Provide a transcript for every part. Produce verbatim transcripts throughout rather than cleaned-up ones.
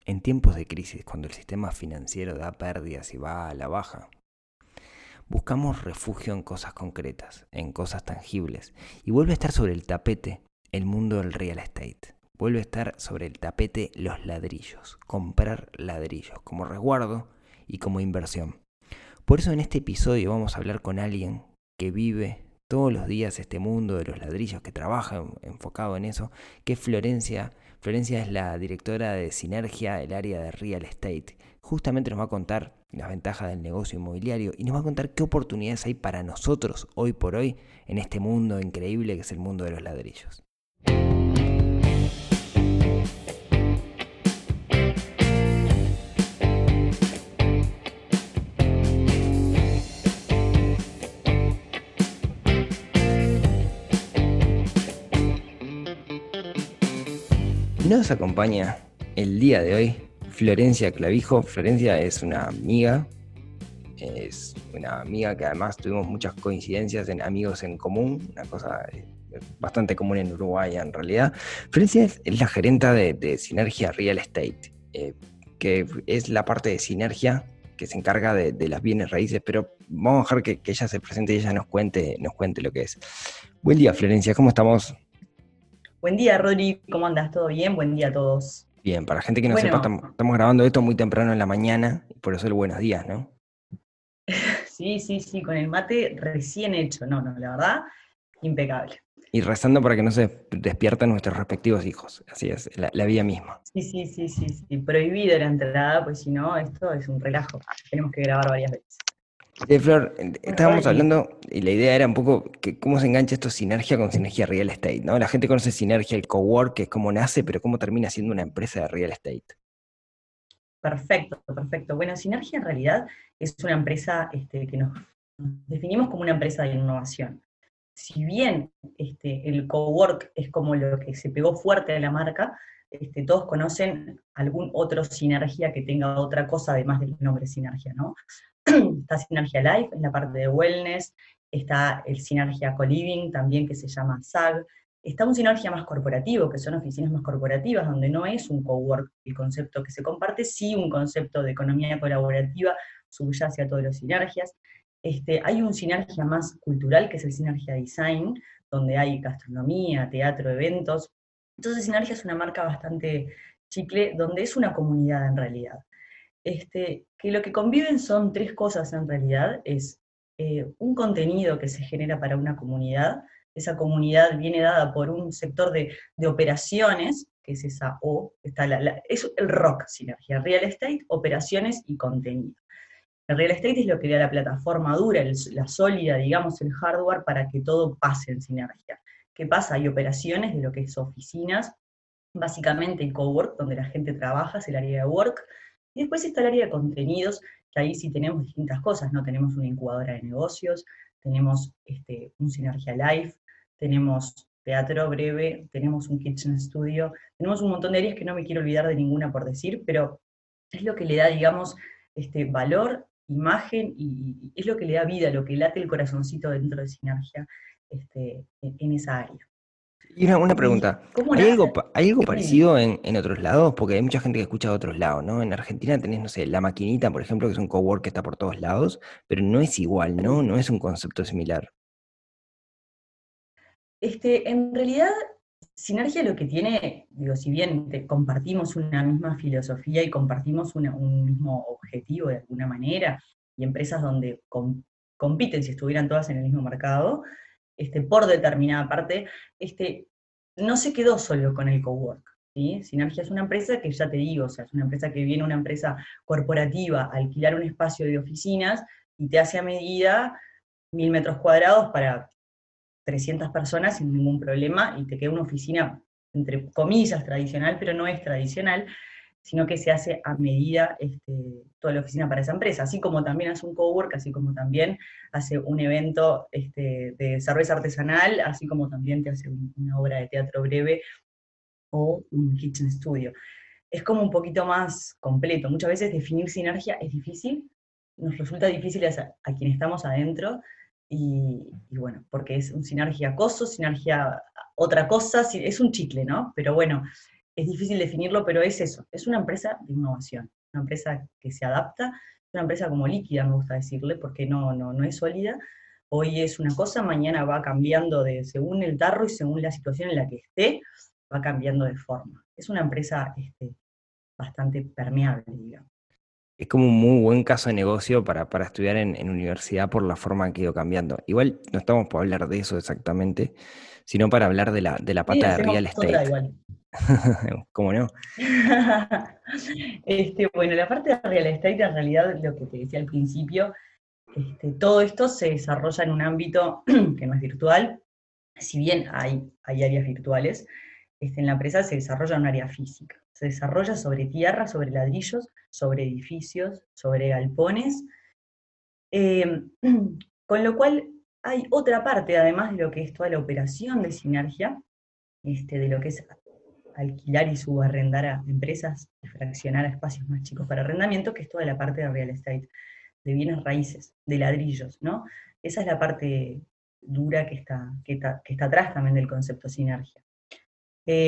En tiempos de crisis, cuando el sistema financiero da pérdidas y va a la baja, buscamos refugio en cosas concretas, en cosas tangibles, y vuelve a estar sobre el tapete el mundo del real estate. Vuelve a estar sobre el tapete los ladrillos, comprar ladrillos como resguardo y como inversión. Por eso en este episodio vamos a hablar con alguien que vive todos los días este mundo de los ladrillos, que trabaja enfocado en eso, que es Florencia. Florencia es la directora de Sinergia, el área de Real Estate. Justamente nos va a contar las ventajas del negocio inmobiliario y nos va a contar qué oportunidades hay para nosotros hoy por hoy en este mundo increíble que es el mundo de los ladrillos. Y nos acompaña el día de hoy Florencia Clavijo. Florencia es una amiga, es una amiga que además tuvimos muchas coincidencias en amigos en común, una cosa bastante común en Uruguay en realidad. Florencia es, es la gerenta de, de Sinergia Real Estate, eh, que es la parte de Sinergia que se encarga de, de las bienes raíces, pero vamos a dejar que, que ella se presente y ella nos cuente, nos cuente lo que es. Buen día, Florencia, ¿cómo estamos? Buen día, Rodri, ¿cómo andas? ¿Todo bien? Buen día a todos. Bien, para la gente que no sepa, Bueno, estamos, estamos grabando esto muy temprano en la mañana, y por eso el buenos días, ¿no? sí, sí, sí, con el mate recién hecho, no, no, la verdad, impecable. Y rezando para que no se despierten nuestros respectivos hijos. Así es, la, la vida misma. Sí, sí, sí, sí, sí, prohibido la entrada, pues si no, esto es un relajo, tenemos que grabar varias veces. Eh, Flor, eh, Bueno, estábamos Rodri, hablando y la idea era un poco que cómo se engancha esto Sinergia con Sinergia Real Estate, ¿no? La gente conoce Sinergia, el cowork, que es cómo nace, pero cómo termina siendo una empresa de real estate. perfecto, perfecto. Bueno, Sinergia en realidad es una empresa este, que nos definimos como una empresa de innovación. Si bien este, el cowork es como lo que se pegó fuerte a la marca, este, todos conocen algún otro Sinergia que tenga otra cosa además del nombre Sinergia, ¿no? Está Sinergia Life, en la parte de wellness, está el Sinergia Co-Living, también que se llama S A G, está un Sinergia más corporativo, que son oficinas más corporativas, donde no es un cowork el concepto que se comparte, sí un concepto de economía colaborativa subyace a todos los sinergias. Este, hay un sinergia más cultural, que es el Sinergia Design, donde hay gastronomía, teatro, eventos. Entonces Sinergia es una marca bastante chicle, donde es una comunidad en realidad. Este, que lo que conviven son tres cosas en realidad, es eh, un contenido que se genera para una comunidad, esa comunidad viene dada por un sector de, de operaciones, que es esa O, está la, la, es el rock, Sinergia, real estate, operaciones y contenido. El real estate es lo que da la plataforma dura, el, la sólida, digamos, el hardware para que todo pase en Sinergia. ¿Qué pasa? Hay operaciones de lo que es oficinas, básicamente el cowork, donde la gente trabaja, es el área de work, y después está el área de contenidos, que ahí sí tenemos distintas cosas, ¿no? Tenemos una incubadora de negocios, tenemos este, un Sinergia Live, tenemos teatro breve, tenemos un kitchen studio, tenemos un montón de áreas que no me quiero olvidar de ninguna por decir, pero es lo que le da, digamos, este, valor, imagen, y, y es lo que le da vida, lo que late el corazoncito dentro de Sinergia este, en, en esa área. Y una, una ¿Y pregunta, cómo ¿hay algo, nace? pa- hay algo Sí, parecido en, en otros lados? Porque hay mucha gente que escucha de otros lados, ¿no? En Argentina tenés, no sé, La Maquinita, por ejemplo, que es un cowork que está por todos lados, pero no es igual, ¿no? sí. No es un concepto similar. Este, en realidad, Sinergia lo que tiene, digo, si bien te- compartimos una misma filosofía y compartimos una- un mismo objetivo de alguna manera, y empresas donde com- compiten si estuvieran todas en el mismo mercado, este, por determinada parte, este, no se quedó solo con el cowork. ¿Sí? Sinergia es una empresa que ya te digo, o sea, es una empresa que viene una empresa corporativa a alquilar un espacio de oficinas y te hace a medida mil metros cuadrados para trescientas personas sin ningún problema y te queda una oficina, entre comillas, tradicional, pero no es tradicional, sino que se hace a medida este, toda la oficina para esa empresa, así como también hace un cowork, así como también hace un evento este, de cerveza artesanal, así como también te hace un, una obra de teatro breve o un kitchen studio. Es como un poquito más completo. Muchas veces definir sinergia es difícil, nos resulta difícil a, a quienes estamos adentro, y, y, bueno, porque es un sinergia acoso, sinergia otra cosa, es un chicle, ¿no? Pero bueno, es difícil definirlo, pero es eso, es una empresa de innovación, una empresa que se adapta, una empresa como líquida, me gusta decirle, porque no, no, no es sólida. Hoy es una cosa, mañana va cambiando de según el tarro y según la situación en la que esté, va cambiando de forma. Es una empresa este, bastante permeable, digamos. Es como un muy buen caso de negocio para, para estudiar en, en universidad por la forma que ha ido cambiando. Igual no estamos para hablar de eso exactamente, sino para hablar de la, de la Sí, pata de hacemos real otra estate. igual. ¿Cómo no? Este, bueno, la parte de real estate, en realidad, lo que te decía al principio, este, todo esto se desarrolla en un ámbito que no es virtual, si bien hay, hay áreas virtuales, este, en la empresa se desarrolla en un área física. Se desarrolla sobre tierra, sobre ladrillos, sobre edificios, sobre galpones, eh, con lo cual hay otra parte, además de lo que es toda la operación de Sinergia, este, de lo que es alquilar y subarrendar a empresas y fraccionar a espacios más chicos para arrendamiento, que es toda la parte de real estate, de bienes raíces, de ladrillos, ¿no? Esa es la parte dura que está, que está, que está atrás también del concepto sinergia. Eh,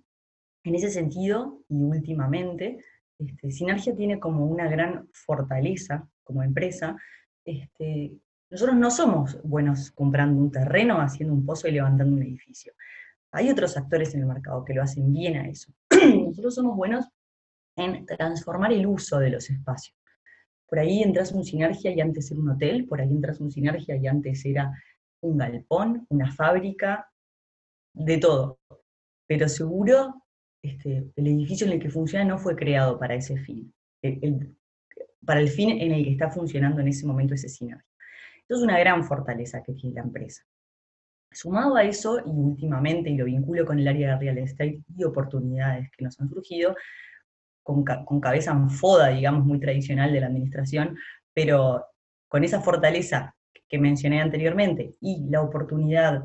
en ese sentido, y últimamente, este, Sinergia tiene como una gran fortaleza como empresa. Este, nosotros no somos buenos comprando un terreno, haciendo un pozo y levantando un edificio. Hay otros actores en el mercado que lo hacen bien a eso. Nosotros somos buenos en transformar el uso de los espacios. Por ahí entras un Sinergia y antes era un hotel, por ahí entras un Sinergia y antes era un galpón, una fábrica, de todo. Pero seguro este, el edificio en el que funciona no fue creado para ese fin, el, el, para el fin en el que está funcionando en ese momento ese Sinergia. Eso es una gran fortaleza que tiene la empresa. Sumado a eso, y últimamente, y lo vinculo con el área de real estate y oportunidades que nos han surgido, con, con cabeza en foda, digamos, muy tradicional de la administración, pero con esa fortaleza que mencioné anteriormente y la oportunidad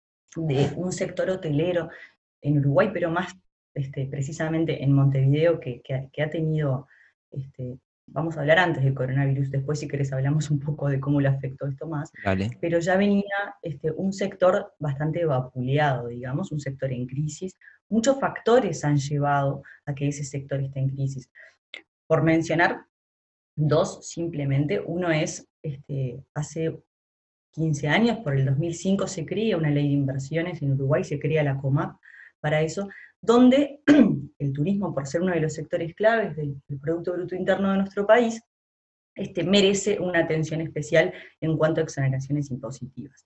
de un sector hotelero en Uruguay, pero más este, precisamente en Montevideo, que, que, que ha tenido, este, vamos a hablar antes del coronavirus, después si querés hablamos un poco de cómo le afectó esto más, Dale. pero ya venía este, un sector bastante vapuleado, digamos, un sector en crisis. Muchos factores han llevado a que ese sector esté en crisis. Por mencionar dos, simplemente, uno es, este, hace quince años, por el dos mil cinco se crea una ley de inversiones en Uruguay, se crea la COMAP para eso, donde el turismo, por ser uno de los sectores claves del, del Producto Bruto Interno de nuestro país, este, merece una atención especial en cuanto a exoneraciones impositivas.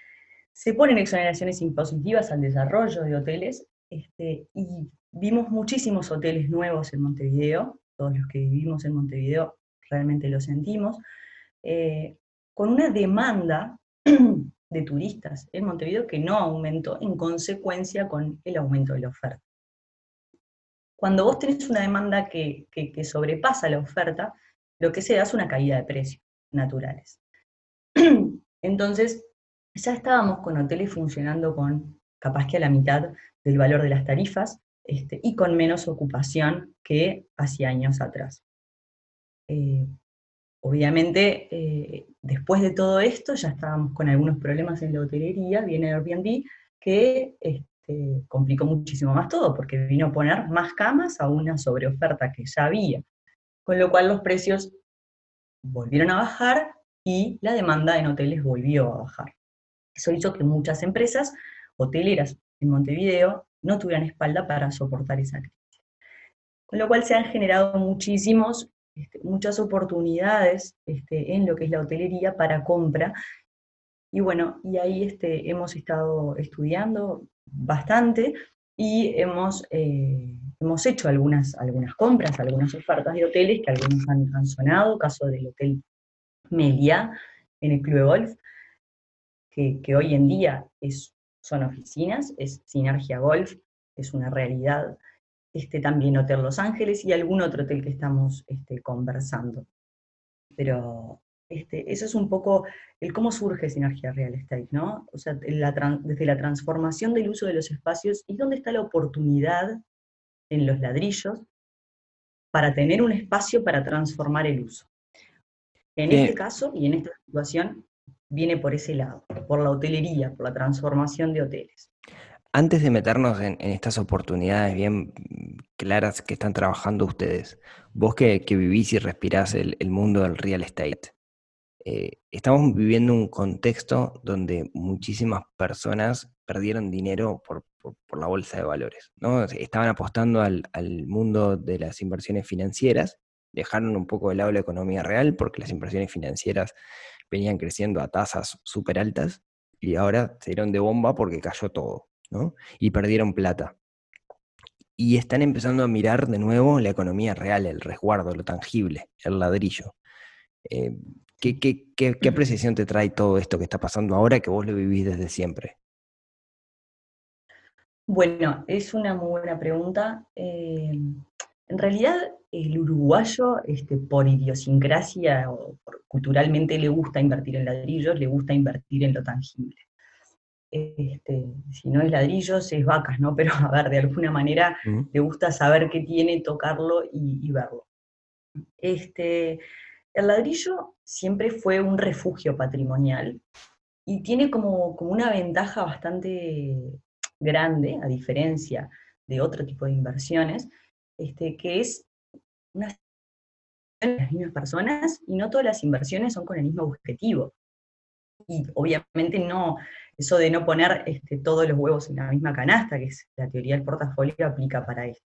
Se ponen exoneraciones impositivas al desarrollo de hoteles, este, y vimos muchísimos hoteles nuevos en Montevideo, todos los que vivimos en Montevideo realmente lo sentimos, eh, con una demanda de turistas en Montevideo que no aumentó en consecuencia con el aumento de la oferta. Cuando vos tenés una demanda que, que, que sobrepasa la oferta, lo que se da es una caída de precios naturales. Entonces, ya estábamos con hoteles funcionando con capaz que a la mitad del valor de las tarifas, este, y con menos ocupación que hacía años atrás. Eh, Obviamente, eh, después de todo esto, ya estábamos con algunos problemas en la hotelería, viene Airbnb, que este, complicó muchísimo más todo, porque vino a poner más camas a una sobreoferta que ya había, con lo cual los precios volvieron a bajar y la demanda en hoteles volvió a bajar. Eso hizo que muchas empresas hoteleras en Montevideo no tuvieran espalda para soportar esa crisis. Con lo cual se han generado muchísimos, este, muchas oportunidades este, en lo que es la hotelería para compra. Y bueno, y ahí este, hemos estado estudiando bastante y hemos, eh, hemos hecho algunas, algunas compras, algunas ofertas de hoteles que algunos han, han sonado, caso del Hotel Meliá en el Club de Golf, que, que hoy en día es, son oficinas, es Sinergia Golf, es una realidad. Este, también Hotel Los Ángeles y algún otro hotel que estamos este, conversando. Pero este, eso es un poco el cómo surge Sinergia Real Estate, ¿no? O sea, la, desde la transformación del uso de los espacios y dónde está la oportunidad en los ladrillos para tener un espacio para transformar el uso. En este Tiene, caso y en esta situación viene por ese lado, por la hotelería, por la transformación de hoteles. Antes de meternos en, en estas oportunidades bien claras que están trabajando ustedes, vos que, que vivís y respirás el, el mundo del real estate, eh, estamos viviendo un contexto donde muchísimas personas perdieron dinero por, por- por la bolsa de valores, ¿no? Estaban apostando al, al mundo de las inversiones financieras, dejaron un poco de lado la economía real porque las inversiones financieras venían creciendo a tasas súper altas y ahora se dieron de bomba porque cayó todo, ¿no? Y perdieron plata. Y están empezando a mirar de nuevo la economía real, el resguardo, lo tangible, el ladrillo. Eh, ¿qué, Sí. qué, qué, qué apreciación te trae todo esto que está pasando ahora que vos lo vivís desde siempre? Bueno, es una muy buena pregunta. Eh, en realidad, el uruguayo, este, por idiosincrasia o por- culturalmente, le gusta invertir en ladrillos, le gusta invertir en lo tangible. Este, si no es ladrillos, es vacas, ¿no? Pero a ver, de alguna manera ¿Mm? le gusta saber qué tiene, tocarlo y, y verlo. Este, el ladrillo siempre fue un refugio patrimonial y tiene como, como una ventaja bastante grande, a diferencia de otro tipo de inversiones, este, que es una de las mismas personas y no todas las inversiones son con el mismo objetivo. Y obviamente no, eso de no poner este, todos los huevos en la misma canasta, que es la teoría del portafolio, aplica para esto.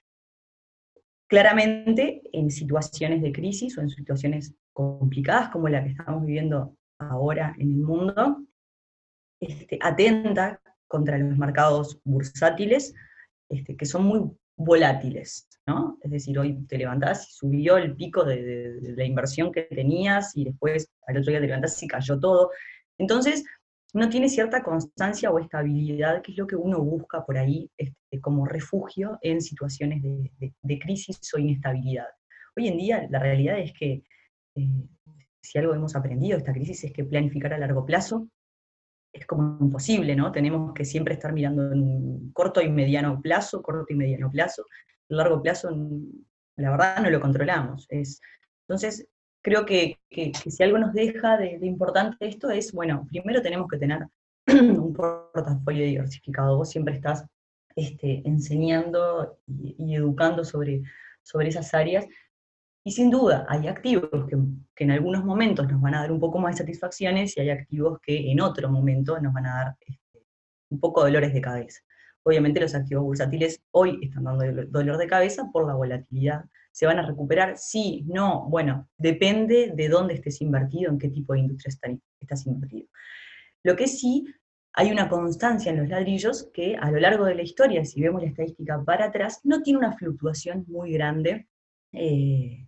Claramente, en situaciones de crisis o en situaciones complicadas como la que estamos viviendo ahora en el mundo, este, atenta contra los mercados bursátiles, este, que son muy volátiles, ¿no? Es decir, hoy te levantás y subió el pico de, de, de la inversión que tenías y después al otro día te levantás y cayó todo. Entonces, no tiene cierta constancia o estabilidad, que es lo que uno busca por ahí este, como refugio en situaciones de, de, de crisis o inestabilidad. Hoy en día la realidad es que eh, si algo hemos aprendido de esta crisis es que planificar a largo plazo es como imposible, ¿no? Tenemos que siempre estar mirando en corto y mediano plazo, corto y mediano plazo. El largo plazo, la verdad, no lo controlamos. Es, entonces, creo que, que, que si algo nos deja de, de, importante esto es, bueno, primero tenemos que tener un portafolio diversificado. Vos siempre estás este, enseñando y, y educando sobre, sobre esas áreas y sin duda, hay activos que, que, en algunos momentos nos van a dar un poco más de satisfacciones y hay activos que en otro momento nos van a dar este, un poco de dolores de cabeza. Obviamente los activos bursátiles hoy están dando dolor de cabeza por la volatilidad. ¿Se van a recuperar? Sí, no. Bueno, depende de dónde estés invertido, en qué tipo de industria estás invertido. Lo que sí, hay una constancia en los ladrillos que a lo largo de la historia, si vemos la estadística para atrás, no tiene una fluctuación muy grande eh,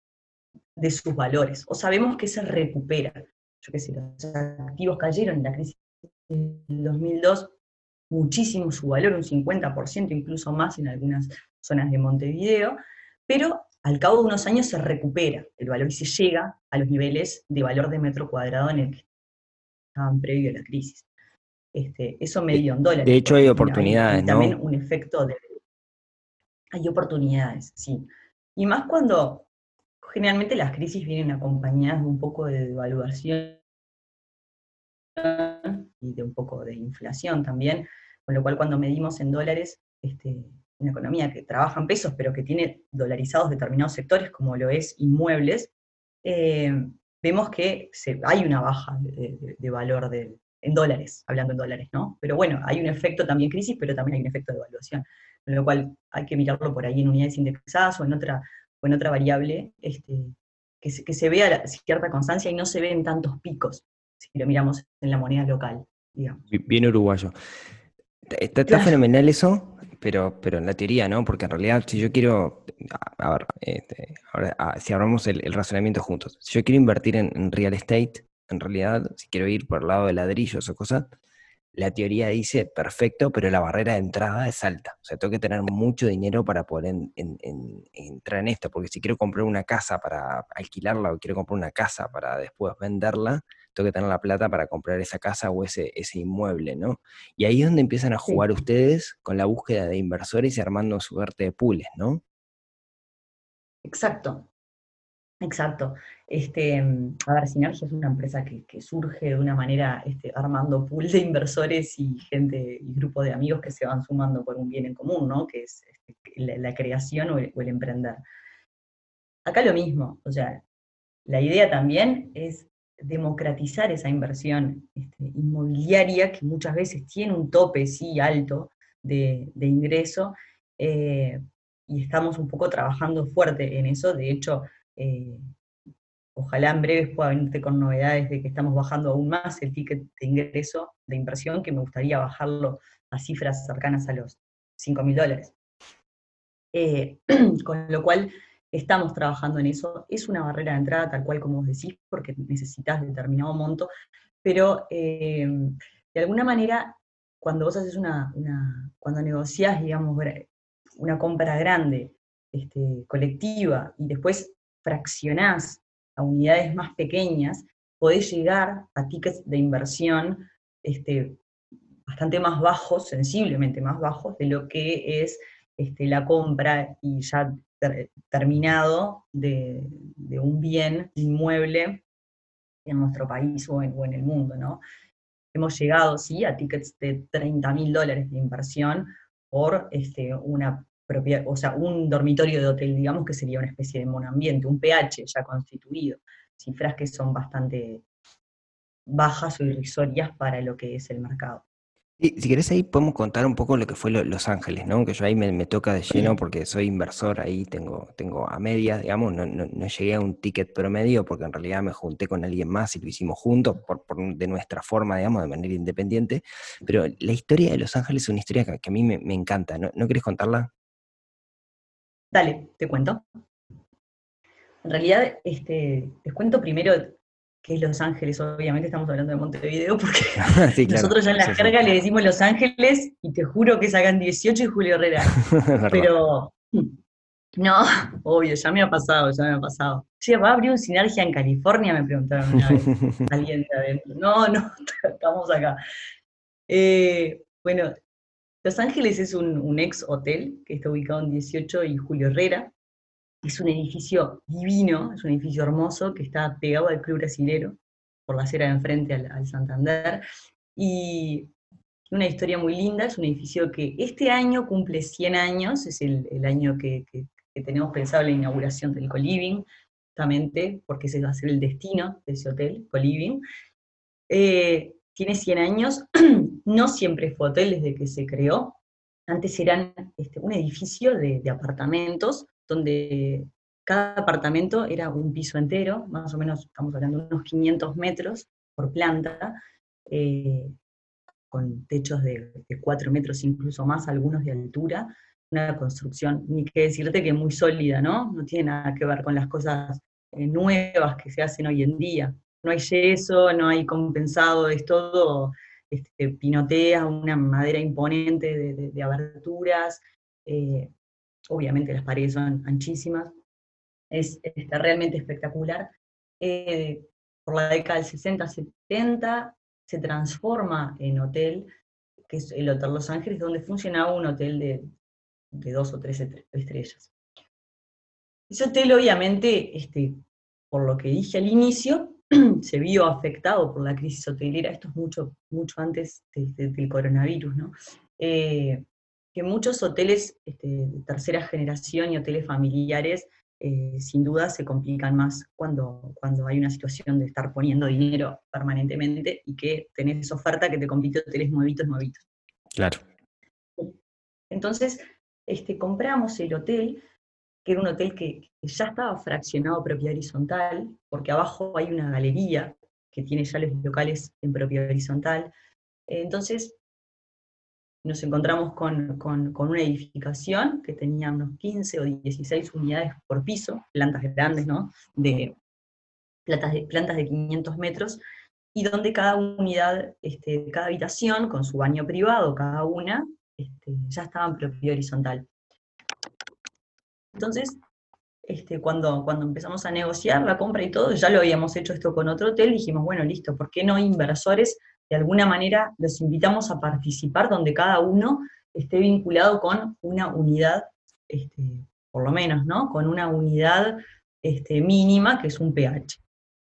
de sus valores, o sabemos que se recupera. Yo qué sé, los activos cayeron en la crisis del dos mil dos, muchísimo su valor, un cincuenta por ciento, incluso más en algunas zonas de Montevideo, pero al cabo de unos años se recupera el valor y se llega a los niveles de valor de metro cuadrado en el que estaban previo a la crisis. Este, eso De, medido en de dólares, hecho, hay porque hay, oportunidades, hay también ¿no? un efecto de... Hay oportunidades, sí. Y más cuando generalmente las crisis vienen acompañadas de un poco de devaluación y de un poco de inflación también, con lo cual cuando medimos en dólares, este, una economía que trabaja en pesos, pero que tiene dolarizados determinados sectores, como lo es inmuebles, eh, vemos que se, hay una baja de, de, de valor de, en dólares, hablando en dólares, ¿no? Pero bueno, hay un efecto también crisis, pero también hay un efecto de devaluación, con lo cual hay que mirarlo por ahí en unidades indexadas o en otra, o en otra variable, este, que, se, que se vea la, cierta constancia y no se ven tantos picos si lo miramos en la moneda local, digamos. Bien uruguayo. Está, está Claro, fenomenal eso, pero, pero en la teoría, ¿no? Porque en realidad, si yo quiero, a, a ver, este, ahora, a- si abramos el, el razonamiento juntos, si yo quiero invertir en, en real estate, en realidad, si quiero ir por el lado de ladrillos o cosas, la teoría dice perfecto, pero la barrera de entrada es alta. O sea, tengo que tener mucho dinero para poder en- en- en- entrar en esto, porque si quiero comprar una casa para alquilarla o quiero comprar una casa para después venderla, tengo que tener la plata para comprar esa casa o ese, ese inmueble, ¿no? Y ahí es donde empiezan a sí, jugar ustedes con la búsqueda de inversores y armando su suerte de pools, ¿no? exacto. Exacto. Este, a ver, Sinergia es una empresa que, que surge de una manera este, armando pool de inversores y gente y grupo de amigos que se van sumando por un bien en común, ¿no? Que es este, la, la creación o el, o el emprender. Acá lo mismo, o sea, la idea también es democratizar esa inversión este, inmobiliaria que muchas veces tiene un tope, sí, alto de, de ingreso, eh, y estamos un poco trabajando fuerte en eso. De hecho, eh, ojalá en breves pueda venirte con novedades de que estamos bajando aún más el ticket de ingreso de inversión, que me gustaría bajarlo a cifras cercanas a los cinco mil dólares. Eh, con lo cual, estamos trabajando en eso. Es una barrera de entrada, tal cual como vos decís, porque necesitas determinado monto, pero eh, de alguna manera, cuando vos haces una, una cuando negociás, digamos, una compra grande, este, colectiva, y después fraccionás a unidades más pequeñas, podés llegar a tickets de inversión este, bastante más bajos, sensiblemente más bajos, de lo que es este, la compra y ya ter terminado de, de, un bien inmueble en nuestro país o en, o en el mundo, ¿no? Hemos llegado, sí, a tickets de treinta mil dólares de inversión por este, una propiedad, o sea, un dormitorio de hotel, digamos, que sería una especie de monoambiente, un P H ya constituido, cifras que son bastante bajas o irrisorias para lo que es el mercado. Y si querés ahí podemos contar un poco lo que fue lo- Los Ángeles, ¿no? Que yo ahí me, me toca de lleno porque soy inversor, ahí tengo, tengo a medias, digamos, no, no, no llegué a un ticket promedio porque en realidad me junté con alguien más y lo hicimos juntos, por, por de nuestra forma, digamos, de manera independiente, pero la historia de Los Ángeles es una historia que, que a mí me, me encanta, ¿no? ¿No querés contarla? Dale, te cuento. En realidad, este, les cuento primero qué es Los Ángeles. Obviamente estamos hablando de Montevideo porque Sí, claro, nosotros ya en la sí, sí. jerga le decimos Los Ángeles y te juro que sacan dieciocho y Julio Herrera. Es verdad. Pero no, obvio, ya me ha pasado, ya me ha pasado. Che, ¿va a abrir un Sinergia en California? Me preguntaron una vez. Alguien de adentro. No, no, estamos acá. Eh, bueno, Los Ángeles es un, un ex hotel que está ubicado en dieciocho y Julio Herrera. Es un edificio divino, es un edificio hermoso que está pegado al Club Brasilero, por la acera de enfrente al, al Santander. Y una historia muy linda, es un edificio que este año cumple cien años, es el, el año que, que, que, tenemos pensado la inauguración del Coliving, justamente porque ese va a ser el destino de ese hotel, Coliving. Eh, tiene cien años, no siempre fue hotel desde que se creó, antes eran este, un edificio de, de apartamentos donde cada apartamento era un piso entero, más o menos estamos hablando de unos quinientos metros por planta, eh, con techos de, de cuatro metros, incluso más, algunos de altura, una construcción, ni que decirte que muy sólida, ¿no? No tiene nada que ver con las cosas eh, nuevas que se hacen hoy en día. No hay yeso, no hay compensado, es todo este, pinotea, una madera imponente de, de, de aberturas, eh, obviamente las paredes son anchísimas, es está realmente espectacular. Eh, por la década del sesenta setenta se transforma en hotel, que es el Hotel Los Ángeles, donde funcionaba un hotel de, de dos o tres estrellas. Ese hotel, obviamente, este, por lo que dije al inicio, se vio afectado por la crisis hotelera, esto es mucho, mucho antes de, de, del coronavirus, ¿no? Eh, que muchos hoteles este, de tercera generación y hoteles familiares eh, sin duda se complican más cuando, cuando hay una situación de estar poniendo dinero permanentemente y que tenés oferta que te compite hoteles nuevitos, nuevitos. Claro. Entonces, este, compramos el hotel, que era un hotel que, que ya estaba fraccionado propiedad horizontal, porque abajo hay una galería que tiene ya los locales en propiedad horizontal. Entonces, nos encontramos con, con, con, una edificación que tenía unos quince o dieciséis unidades por piso, plantas grandes, ¿no? De plantas de, plantas de quinientos metros, y donde cada unidad, este, cada habitación, con su baño privado, cada una, este, ya estaba en propiedad horizontal. Entonces, este, cuando, cuando empezamos a negociar la compra y todo, ya lo habíamos hecho esto con otro hotel, dijimos, bueno, listo, ¿por qué no inversores? De alguna manera los invitamos a participar donde cada uno esté vinculado con una unidad, este, por lo menos, ¿no? Con una unidad este, mínima, que es un pH.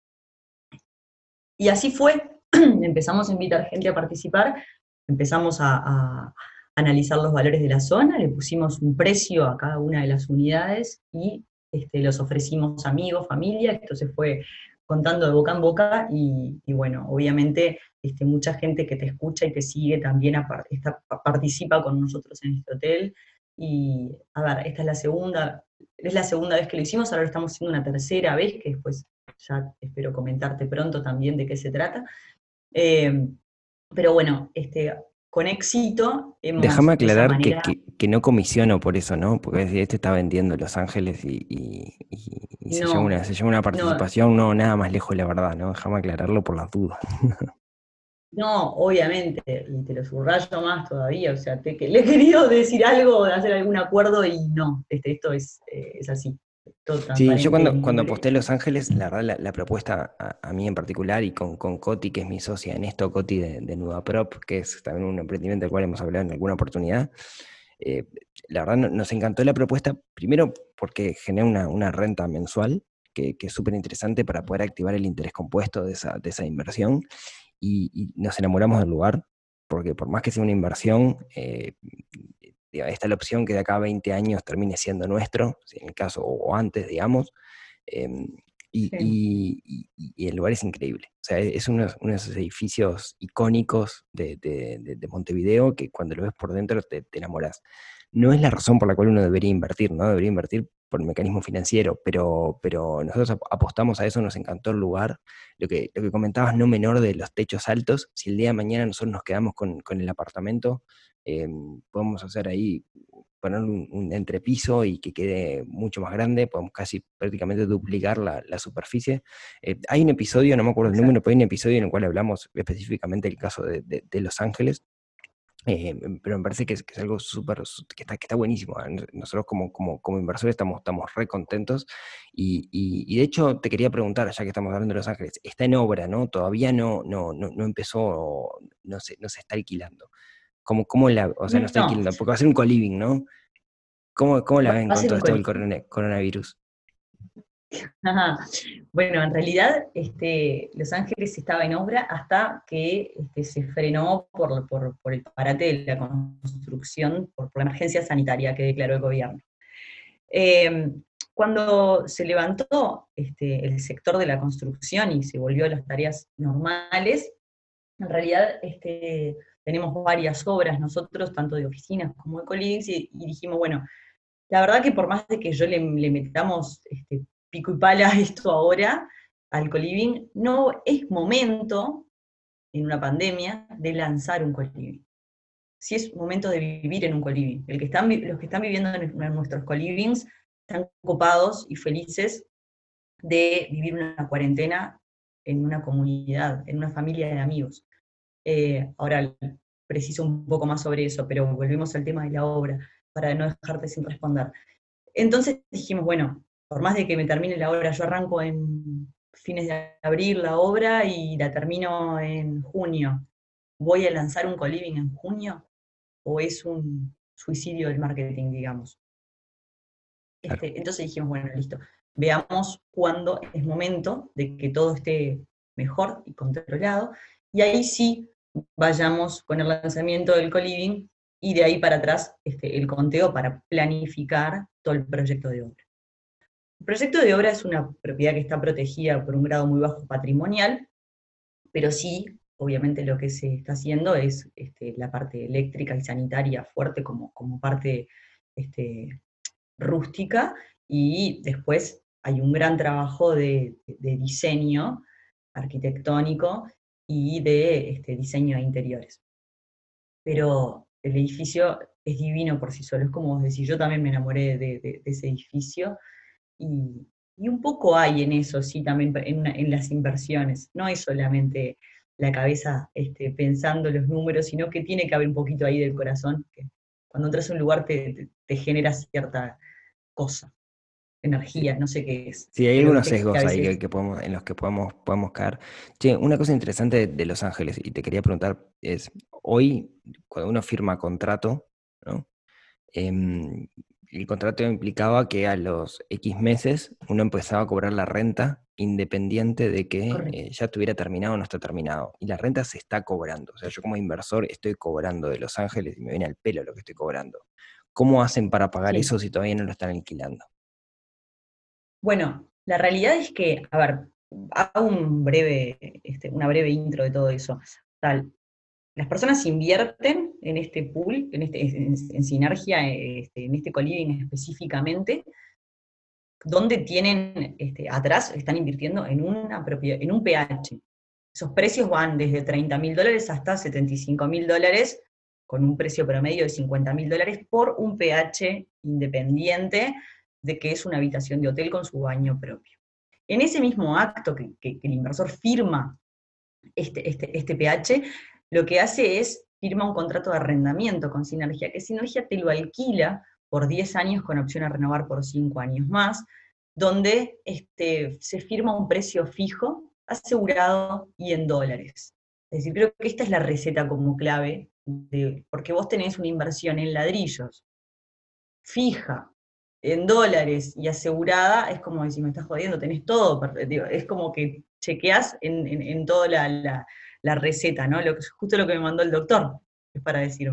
Y así fue, empezamos a invitar gente a participar, empezamos a, a analizar los valores de la zona, le pusimos un precio a cada una de las unidades y este, los ofrecimos a amigos, familia, esto se fue contando de boca en boca y, y bueno, obviamente este, mucha gente que te escucha y te sigue también a, esta, participa con nosotros en este hotel. Y a ver, esta es la segunda, es la segunda vez que lo hicimos, ahora lo estamos haciendo una tercera vez, que después ya espero comentarte pronto también de qué se trata. Eh, pero bueno, este, con éxito Déjame hemos de esa aclarar que, manera... que, que no comisiono por eso, ¿no? Porque si este está vendiendo Los Ángeles y, y, y- y se lleva una, No, se lleva una no, participación, no, nada más lejos de la verdad, ¿no? Déjame aclararlo por las dudas. no, obviamente, y te lo subrayo más todavía, o sea, te, que le he querido decir algo, hacer algún acuerdo y no, este, esto es, eh, es así, todo Sí, yo transparente y cuando, cuando libre. aposté Los Ángeles, la verdad, la, la propuesta a, a mí en particular y con, con Coti, que es mi socia en esto, Coti de, de Nudaprop, que es también un emprendimiento del cual hemos hablado en alguna oportunidad, eh, la verdad no- nos encantó la propuesta, primero porque genera una, una renta mensual, que, que es súper interesante para poder activar el interés compuesto de esa, de esa inversión, y, y nos enamoramos del lugar, porque por más que sea una inversión, eh, diga, está la opción que de acá a veinte años termine siendo nuestro, si en el caso, o antes, digamos, eh, y, Sí. y- y- y el lugar es increíble. O sea, es uno, uno de esos edificios icónicos de, de- de- de Montevideo que cuando lo ves por dentro te, te enamoras. No es la razón por la cual uno debería invertir, ¿no? Debería invertir por el mecanismo financiero, pero, pero nosotros ap- apostamos a eso, nos encantó el lugar. Lo que, lo que comentabas, no menor de los techos altos, si el día de mañana nosotros nos quedamos con, con el apartamento, eh, podemos hacer ahí, poner un, un entrepiso y que quede mucho más grande, podemos casi prácticamente duplicar la, la superficie. Eh, hay un episodio, no me acuerdo el número, Exacto. pero hay un episodio en el cual hablamos específicamente del caso de, de- de Los Ángeles, eh, pero me parece que es, que es algo súper, su- que está, que está buenísimo. ¿Eh? Nosotros como, como, como inversores estamos, estamos re contentos y, y- y de hecho te quería preguntar, ya que estamos hablando de Los Ángeles, está en obra, ¿no? Todavía no, no, no, no empezó, no se, no se está alquilando. ¿Cómo, cómo la, o sea, no está No, alquilando, porque va a ser un co-living, ¿no? ¿Cómo, cómo la va ven a con ser todo un esto del colectivo. corona- coronavirus? Ajá. Bueno, en realidad este, Los Ángeles estaba en obra hasta que este, se frenó por, por, por el parate de la construcción, por, por la emergencia sanitaria que declaró el gobierno. Eh, Cuando se levantó este, el sector de la construcción y se volvió a las tareas normales, en realidad este, tenemos varias obras nosotros, tanto de oficinas como de colleagues, y, y dijimos, bueno, la verdad que por más de que yo le, le metamos este, pico y pala a esto ahora, al coliving, no es momento, en una pandemia, de lanzar un coliving. Sí es momento de vivir en un coliving. El que están, los que están viviendo en, en nuestros colivings están copados y felices de vivir una cuarentena en una comunidad, en una familia de amigos. Eh, ahora preciso un poco más sobre eso, pero volvemos al tema de la obra, para no dejarte sin responder. Entonces dijimos, bueno, por más de que me termine la obra, yo arranco en fines de abril la obra y la termino en junio. ¿Voy a lanzar un co-living en junio? ¿O es un suicidio del marketing, digamos? Claro. Este, entonces dijimos, bueno, listo, veamos cuándo es momento de que todo esté mejor y controlado, y ahí sí vayamos con el lanzamiento del co-living y de ahí para atrás este, el conteo para planificar todo el proyecto de obra. El proyecto de obra es una propiedad que está protegida por un grado muy bajo patrimonial, pero sí, obviamente lo que se está haciendo es este, la parte eléctrica y sanitaria fuerte como, como parte este, rústica, y después hay un gran trabajo de, de diseño arquitectónico y de este, diseño de interiores. Pero el edificio es divino por sí solo, es como vos decís, yo también me enamoré de, de, de ese edificio. Y, y, un poco hay en eso, sí, también en, en, las inversiones. No es solamente la cabeza este, pensando los números, sino que tiene que haber un poquito ahí del corazón, que cuando entras a un lugar te, te, te genera cierta cosa, Sí, energía, no sé qué es, sí, hay pero algunos viste que a sesgos ahí que, veces... que podemos, en los que podemos, podemos caer. Che, una cosa interesante de, de Los Ángeles, y te quería preguntar, es, hoy, cuando uno firma contrato, ¿no? Em, el contrato implicaba que a los X meses uno empezaba a cobrar la renta independiente de que Correcto. eh, ya estuviera terminado o no está terminado. Y la renta se está cobrando. O sea, yo como inversor estoy cobrando de Los Ángeles y me viene al pelo lo que estoy cobrando. ¿Cómo hacen para pagar Sí. eso si todavía no lo están alquilando? Bueno, la realidad es que, a ver, hago un breve, este, una breve intro de todo eso. Tal, las personas invierten en este pool, en, este, en, en Sinergia, este, en este co-living específicamente, donde tienen, este, atrás están invirtiendo en, una propiedad, en un P H. Esos precios van desde treinta mil dólares hasta setenta y cinco mil dólares, con un precio promedio de cincuenta mil dólares por un P H independiente de que es una habitación de hotel con su baño propio. En ese mismo acto que, que, que el inversor firma este, este, este P H, lo que hace es firma un contrato de arrendamiento con Sinergia, que Sinergia te lo alquila por diez años con opción a renovar por cinco años más, donde este, se firma un precio fijo, asegurado y en dólares. Es decir, creo que esta es la receta como clave, de, porque vos tenés una inversión en ladrillos fija, en dólares y asegurada, es como decir, me estás jodiendo, tenés todo, es como que chequeás en, en, en toda la, la, la, receta, ¿no? Lo que, justo lo que me mandó el doctor, es para decirme.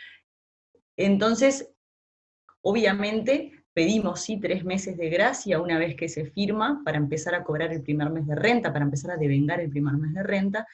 Entonces, obviamente, pedimos sí tres meses de gracia una vez que se firma para empezar a cobrar el primer mes de renta, para empezar a devengar el primer mes de renta,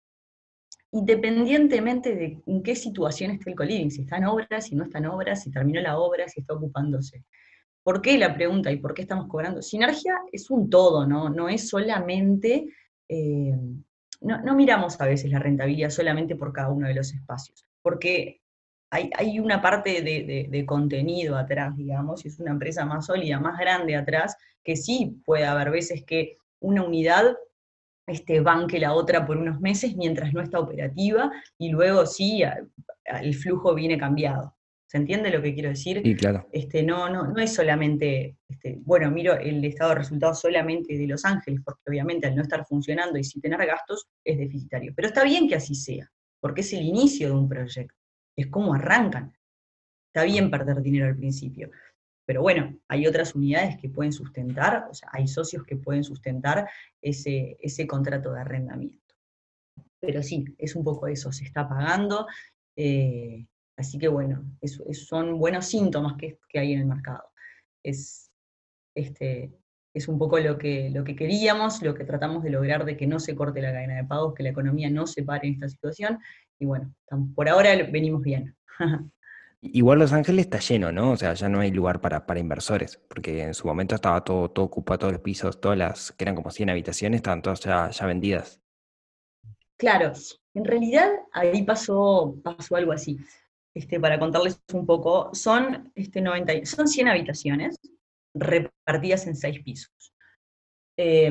independientemente de en qué situación esté el co-living, si está en obras, si no está en obras, si terminó la obra, si está ocupándose. ¿Por qué la pregunta y por qué estamos cobrando? Sinergia es un todo, ¿no? No es solamente, eh, no, no miramos a veces la rentabilidad solamente por cada uno de los espacios, porque hay, hay una parte de, de, de contenido atrás, digamos, y es una empresa más sólida, más grande atrás, que sí puede haber veces que una unidad este, banque la otra por unos meses mientras no está operativa, y luego sí, el flujo viene cambiado. ¿Se entiende lo que quiero decir? Sí, claro. Este, no, no, no es solamente, este, bueno, miro el estado de resultados solamente de Los Ángeles, porque obviamente al no estar funcionando y sin tener gastos, es deficitario. Pero está bien que así sea, porque es el inicio de un proyecto, es como arrancan. Está bien perder dinero al principio, pero bueno, hay otras unidades que pueden sustentar, o sea, hay socios que pueden sustentar ese, ese contrato de arrendamiento. Pero sí, es un poco eso, se está pagando, eh, así que bueno, es, es, son buenos síntomas que, que, hay en el mercado. Es, este, es un poco lo que, lo que queríamos, lo que tratamos de lograr, de que no se corte la cadena de pagos, que la economía no se pare en esta situación, y bueno, por ahora venimos bien. Igual Los Ángeles está lleno, ¿no? O sea, ya no hay lugar para, para inversores, porque en su momento estaba todo, todo ocupado, todos los pisos, todas las, que eran como cien habitaciones, estaban todas ya, ya vendidas. Claro, en realidad ahí pasó, pasó algo así. Este, para contarles un poco, son, este, noventa, son cien habitaciones repartidas en seis pisos. Eh,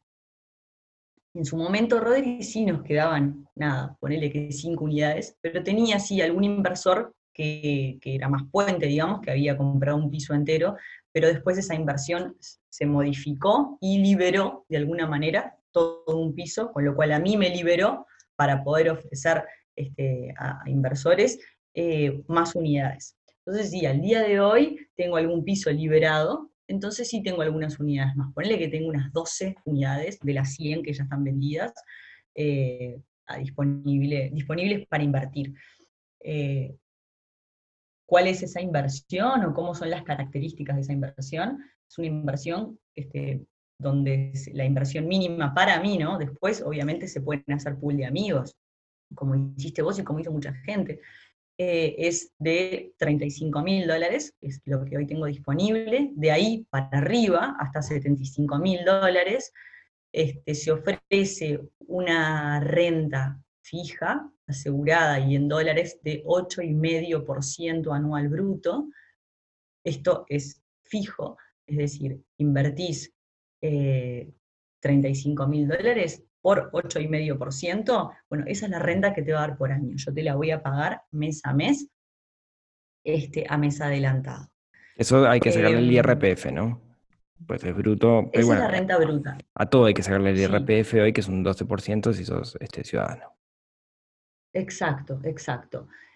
en su momento, Rodri sí nos quedaban, nada, ponele que cinco unidades, pero tenía sí algún inversor que, que era más puente, digamos, que había comprado un piso entero, pero después esa inversión se modificó y liberó de alguna manera todo un piso, con lo cual a mí me liberó para poder ofrecer este, a, a inversores eh, más unidades. Entonces sí, al día de hoy tengo algún piso liberado, entonces sí tengo algunas unidades más. Ponle que tengo unas doce unidades de las cien que ya están vendidas, eh, a disponible, disponibles para invertir. Eh, ¿Cuál es esa inversión o cómo son las características de esa inversión? Es una inversión este, donde la inversión mínima para mí, ¿no? Después, obviamente, se pueden hacer pool de amigos, como hiciste vos y como hizo mucha gente. Eh, es de treinta y cinco mil dólares, que es lo que hoy tengo disponible. De ahí para arriba, hasta setenta y cinco mil dólares, este, se ofrece una renta fija, asegurada y en dólares de ocho coma cinco por ciento anual bruto. Esto es fijo, es decir, invertís eh, treinta y cinco mil dólares por ocho coma cinco por ciento, bueno, esa es la renta que te va a dar por año. Yo te la voy a pagar mes a mes, este, a mes adelantado. Eso hay que Eh, sacarle el I R P F, ¿no? Pues es bruto. Pero esa es bueno, la renta bruta. a todo hay que sacarle el Sí, I R P F hoy, que es un doce por ciento si sos este, ciudadano. exacto, exacto.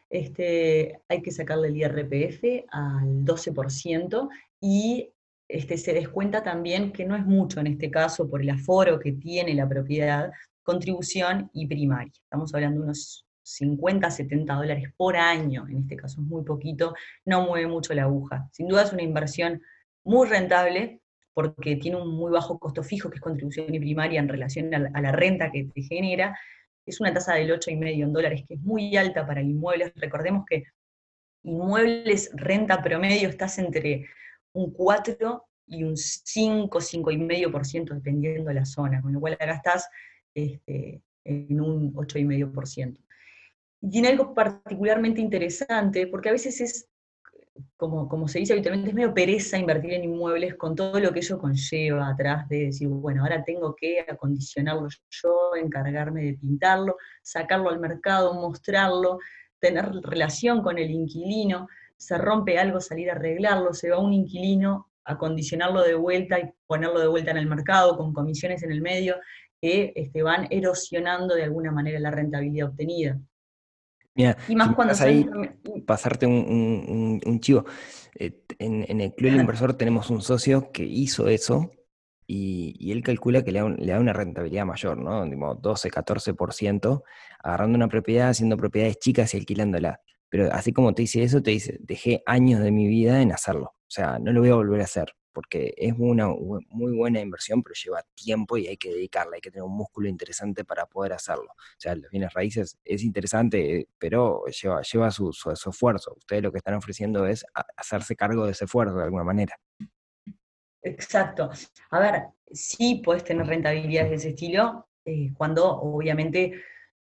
este, hay que sacarle el I R P F al doce por ciento y este, se descuenta también, que no es mucho en este caso por el aforo que tiene la propiedad, contribución y primaria. Estamos hablando de unos cincuenta, setenta dólares por año, en este caso es muy poquito, no mueve mucho la aguja. Sin duda es una inversión muy rentable porque tiene un muy bajo costo fijo, que es contribución y primaria en relación a la, a la renta que te genera. Es una tasa del ocho coma cinco en dólares, que es muy alta para inmuebles. Recordemos que inmuebles, renta promedio, estás entre un cuatro y un cinco, cinco coma cinco por ciento dependiendo de la zona, con lo cual acá estás este, en un ocho coma cinco por ciento. Y tiene algo particularmente interesante, porque a veces es, como, como se dice habitualmente, es medio pereza invertir en inmuebles con todo lo que ello conlleva atrás de decir, bueno, ahora tengo que acondicionarlo yo, encargarme de pintarlo, sacarlo al mercado, mostrarlo, tener relación con el inquilino, se rompe algo, salir a arreglarlo, se va un inquilino, acondicionarlo de vuelta y ponerlo de vuelta en el mercado con comisiones en el medio que este, van erosionando de alguna manera la rentabilidad obtenida. Mira, Y si más me cuando dejas son... ahí pasarte un, un- un- un chivo. Eh, en, en el Club del Inversor tenemos un socio que hizo eso y, y él calcula que le da, un- le da una rentabilidad mayor, ¿no? Tipo doce, catorce por ciento, agarrando una propiedad, haciendo propiedades chicas y alquilándola. Pero así como te dice eso, te dice, dejé años de mi vida en hacerlo. O sea, no lo voy a volver a hacer, porque es una bu- muy buena inversión, pero lleva tiempo y hay que dedicarla, hay que tener un músculo interesante para poder hacerlo. O sea, los bienes raíces es interesante, eh, pero lleva, lleva su, su- su esfuerzo. Ustedes lo que están ofreciendo es a- hacerse cargo de ese esfuerzo de alguna manera. Exacto. A ver, sí puedes tener rentabilidades de ese estilo, eh, cuando obviamente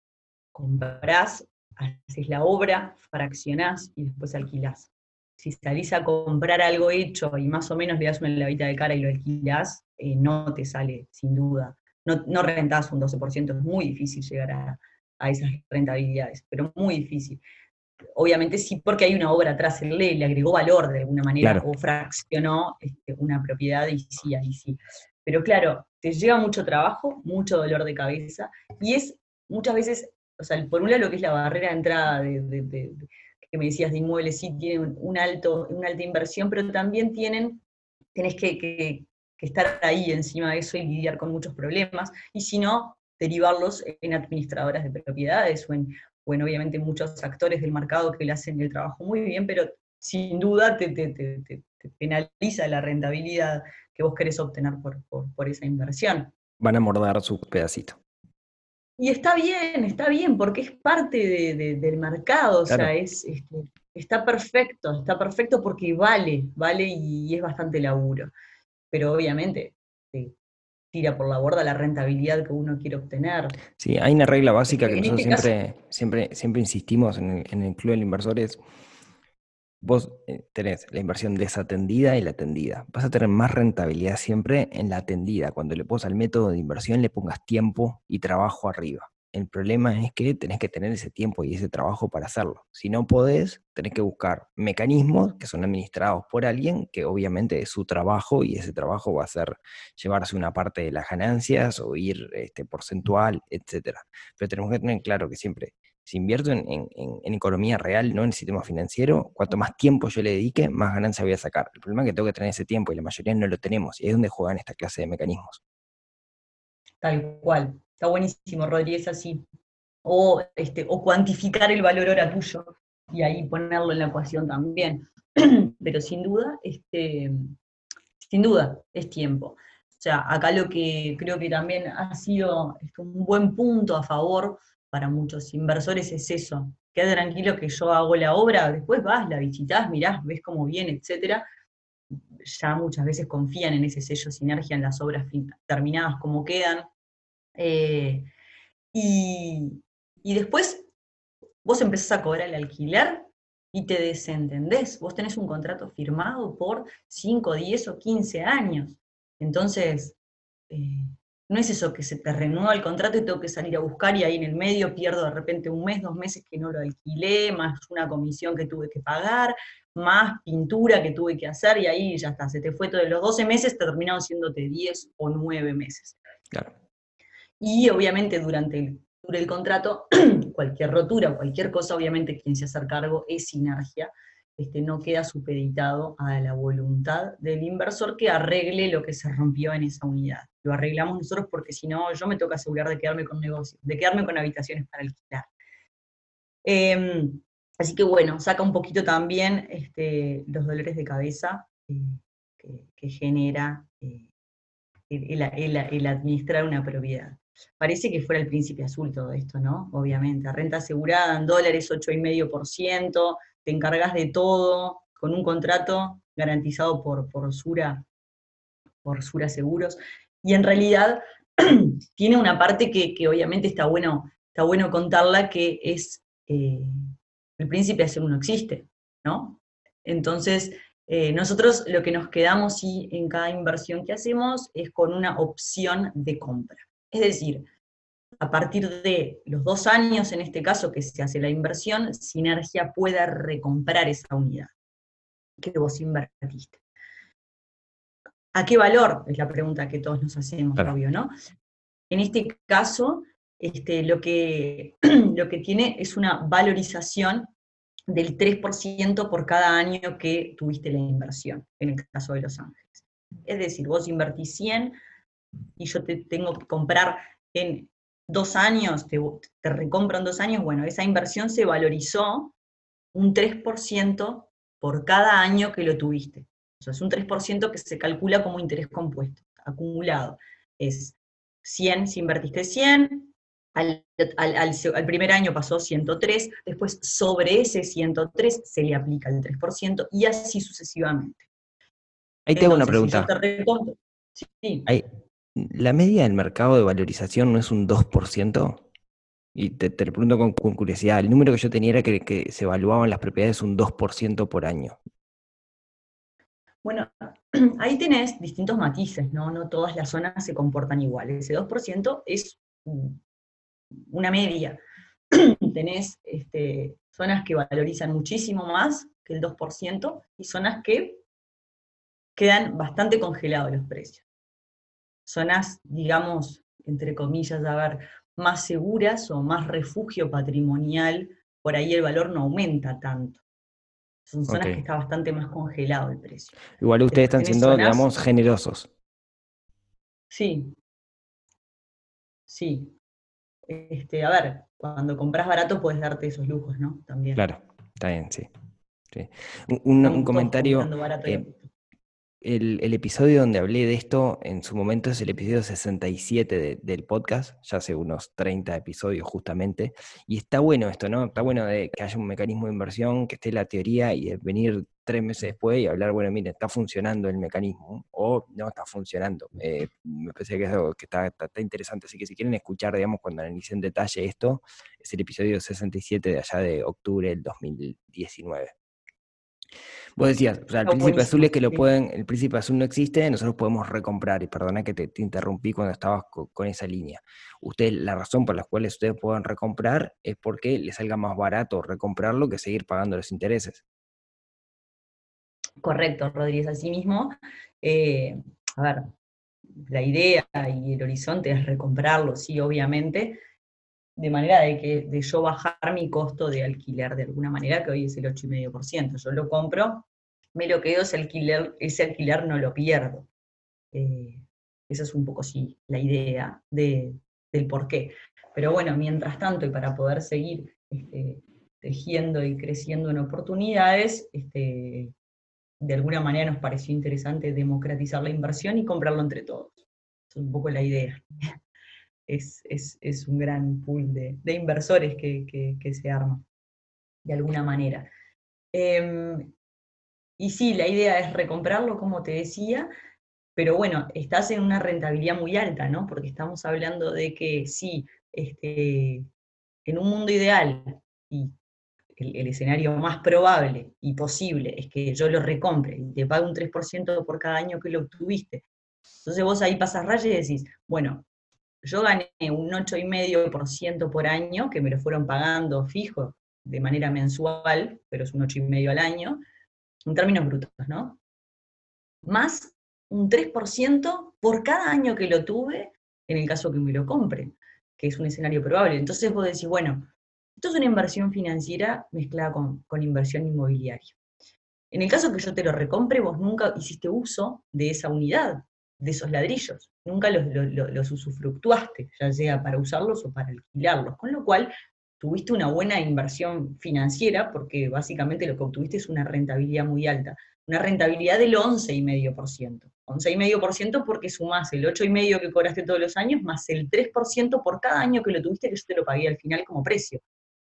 comprás, haces la obra, fraccionás y después alquilás. Si salís a comprar algo hecho y más o menos le das una lavita de cara y lo alquilás, eh, no te sale, sin duda. No, no rentás un doce por ciento, es muy difícil llegar a, a esas rentabilidades, pero muy difícil. Obviamente sí, porque hay una obra atrás, él le, le agregó valor de alguna manera, Claro. o fraccionó este, una propiedad, y sí, ahí sí. Pero claro, te lleva mucho trabajo, mucho dolor de cabeza, y es muchas veces, o sea, por un lado lo que es la barrera de entrada de, de- de- de- que me decías de inmuebles, sí tienen un alto, una alta inversión, pero también tienen, tenés que, que- que estar ahí encima de eso y lidiar con muchos problemas, y si no, derivarlos en administradoras de propiedades o en, bueno, obviamente muchos actores del mercado que le hacen el trabajo muy bien, pero sin duda te, te- te- te- te penaliza la rentabilidad que vos querés obtener por, por- por esa inversión. Van a morder su pedacito. Y está bien, está bien, porque es parte de- de- del mercado, o sea, Claro. es, este, está perfecto, está perfecto porque vale, vale y es bastante laburo. Pero obviamente te tira por la borda la rentabilidad que uno quiere obtener. Sí, hay una regla básica que En nosotros este caso, siempre, siempre, siempre insistimos en el, en el Club del Inversor es, vos eh, tenés la inversión desatendida y la atendida. Vas a tener más rentabilidad siempre en la atendida, cuando le pones al método de inversión le pongas tiempo y trabajo arriba. El problema es que tenés que tener ese tiempo y ese trabajo para hacerlo. Si no podés, tenés que buscar mecanismos que son administrados por alguien que obviamente es su trabajo y ese trabajo va a ser llevarse una parte de las ganancias o ir este, porcentual, etcétera. Pero tenemos que tener claro que siempre si invierto en, en- en- en economía real, no en el sistema financiero, cuanto más tiempo yo le dedique, más ganancia voy a sacar. El problema es que tengo que tener ese tiempo y la mayoría no lo tenemos, y ahí es donde juegan esta clase de mecanismos. tal cual. Está buenísimo, Rodríguez, así. O, este, o cuantificar el valor hora tuyo y ahí ponerlo en la ecuación también. Pero sin duda, este, sin duda, es tiempo. O sea, acá lo que creo que también ha sido este, un buen punto a favor para muchos inversores es eso. Queda tranquilo que yo hago la obra, después vas, la visitas, mirás, ves cómo viene, etcétera. Ya muchas veces confían en ese sello sinergia en las obras terminadas, como quedan. Eh, y, y después vos empezás a cobrar el alquiler y te desentendés. Vos tenés un contrato firmado por cinco, diez o quince años. Entonces, eh, no es eso que se te renueva el contrato y tengo que salir a buscar y ahí en el medio pierdo de repente un mes, dos meses que no lo alquilé, más una comisión que tuve que pagar, más pintura que tuve que hacer y ahí ya está, se te fue todos los doce meses, te terminaron siéndote diez o nueve meses. Claro. Y obviamente durante el dure el contrato, cualquier rotura, cualquier cosa, obviamente quien se hace cargo es Sinergia, este, no queda supeditado a la voluntad del inversor que arregle lo que se rompió en esa unidad. Lo arreglamos nosotros porque si no, yo me toca asegurar de quedarme con negocios, de quedarme con habitaciones para alquilar. Eh, así que bueno, saca un poquito también este, los dolores de cabeza eh, que, que genera eh, el, el, el administrar una propiedad. Parece que fuera el príncipe azul todo esto, ¿no? Obviamente, renta asegurada en dólares, ocho coma cinco por ciento, te encargas de todo, con un contrato garantizado por, por Sura, por Sura Seguros, y en realidad tiene una parte que, que obviamente está bueno, está bueno contarla, que es eh, el príncipe azul no existe, ¿no? Entonces, eh, nosotros lo que nos quedamos sí, en cada inversión que hacemos es con una opción de compra. Es decir, a partir de los dos años, en este caso, que se hace la inversión, Sinergia puede recomprar esa unidad que vos invertiste. ¿A qué valor? Es la pregunta que todos nos hacemos, Claro. obvio, ¿no? En este caso, este, lo, que, lo que tiene es una valorización del tres por ciento por cada año que tuviste la inversión, en el caso de Los Ángeles. Es decir, vos invertís cien y yo te tengo que comprar en dos años, te, te recompro en dos años, bueno, esa inversión se valorizó un tres por ciento por cada año que lo tuviste. O sea, es un tres por ciento que se calcula como interés compuesto, acumulado. Es cien, si invertiste cien, al, al, al, al primer año pasó ciento tres, después sobre ese ciento tres se le aplica el tres por ciento y así sucesivamente. Ahí te hago una Entonces, si yo pregunta. te recompro, sí, Hay- ¿La media del mercado de valorización no es un dos por ciento? Y te, te lo pregunto con, con curiosidad. El número que yo tenía era que, que se evaluaban las propiedades un dos por ciento por año. bueno, ahí tenés distintos matices, ¿no? No todas las zonas se comportan igual. Ese dos por ciento es una media. Tenés este, zonas que valorizan muchísimo más que el dos por ciento y zonas que quedan bastante congelados los precios. Zonas, digamos, entre comillas, a ver, más seguras o más refugio patrimonial, por ahí el valor no aumenta tanto. Son Ok. zonas que está bastante más congelado el precio. Igual ustedes Después están tenés siendo, zonas, digamos, generosos. sí, sí. Este, a ver, cuando compras barato puedes darte esos lujos, ¿no? También. Claro, está bien, sí. sí. Un, un- un Estamos todos comentario. comprando barato y a eh, poquito. El, el episodio donde hablé de esto en su momento es el episodio sesenta y siete de- del podcast, ya hace unos treinta episodios justamente, y está bueno esto, ¿no? Está bueno de que haya un mecanismo de inversión, que esté la teoría y de venir tres meses después y hablar, bueno, mire, está funcionando el mecanismo, o no está funcionando. Eh, me parece que es algo que está, está- está interesante, así que si quieren escuchar, digamos, cuando analice en detalle esto, es el episodio sesenta y siete de allá de octubre del dos mil diecinueve. Vos decías, o sea, el Está príncipe azul buenísimo, es que lo sí. pueden, el príncipe azul no existe, nosotros podemos recomprar, y perdona que te, te interrumpí cuando estabas co- con esa línea. Usted, la razón por la cual ustedes pueden recomprar es porque les salga más barato recomprarlo que seguir pagando los intereses. Correcto, Rodríguez. Asimismo, eh, a ver, la idea y el horizonte es recomprarlo, sí, obviamente, de manera de que de yo bajar mi costo de alquiler de alguna manera, que hoy es el ocho coma cinco por ciento. Yo lo compro, me lo quedo, ese alquiler, ese alquiler no lo pierdo. Eh, esa es un poco, sí, la idea de, del por qué. Pero bueno, mientras tanto, y para poder seguir este, tejiendo y creciendo en oportunidades, este, de alguna manera nos pareció interesante democratizar la inversión y comprarlo entre todos. Es un poco la idea. Es, es, es un gran pool de, de inversores que, que, que, se arma, de alguna manera. Eh, y sí, la idea es recomprarlo, como te decía, pero bueno, estás en una rentabilidad muy alta, ¿no? Porque estamos hablando de que sí, este, en un mundo ideal, y el, el escenario más probable y posible es que yo lo recompre y te pague un tres por ciento por cada año que lo obtuviste. Entonces vos ahí pasas raya y decís, bueno, yo gané un ocho coma cinco por ciento por año, que me lo fueron pagando fijo de manera mensual, pero es un ocho coma cinco al año, en términos brutos, ¿no? Más un tres por ciento por cada año que lo tuve, en el caso que me lo compren. que es un escenario probable. Entonces vos decís, bueno, esto es una inversión financiera mezclada con, con inversión inmobiliaria. En el caso que yo te lo recompre, vos nunca hiciste uso de esa unidad, de esos ladrillos, nunca los, los, los usufructuaste, ya sea para usarlos o para alquilarlos, con lo cual tuviste una buena inversión financiera porque básicamente lo que obtuviste es una rentabilidad muy alta, una rentabilidad del once coma cinco por ciento. once coma cinco por ciento porque sumás el ocho coma cinco por ciento que cobraste todos los años más el tres por ciento por cada año que lo tuviste, que yo te lo pagué al final como precio.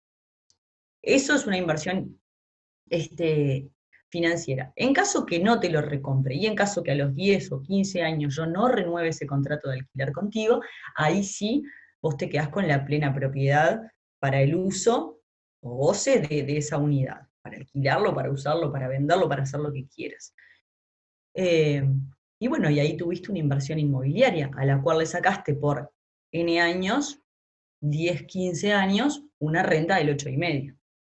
Eso es una inversión este, financiera. En caso que no te lo recompre y en caso que a los diez o quince años yo no renueve ese contrato de alquiler contigo, ahí sí vos te quedás con la plena propiedad para el uso o goce de, de esa unidad, para alquilarlo, para usarlo, para venderlo, para hacer lo que quieras. Eh, y bueno, y ahí tuviste una inversión inmobiliaria a la cual le sacaste por N años, diez, quince años, una renta del ocho y medio.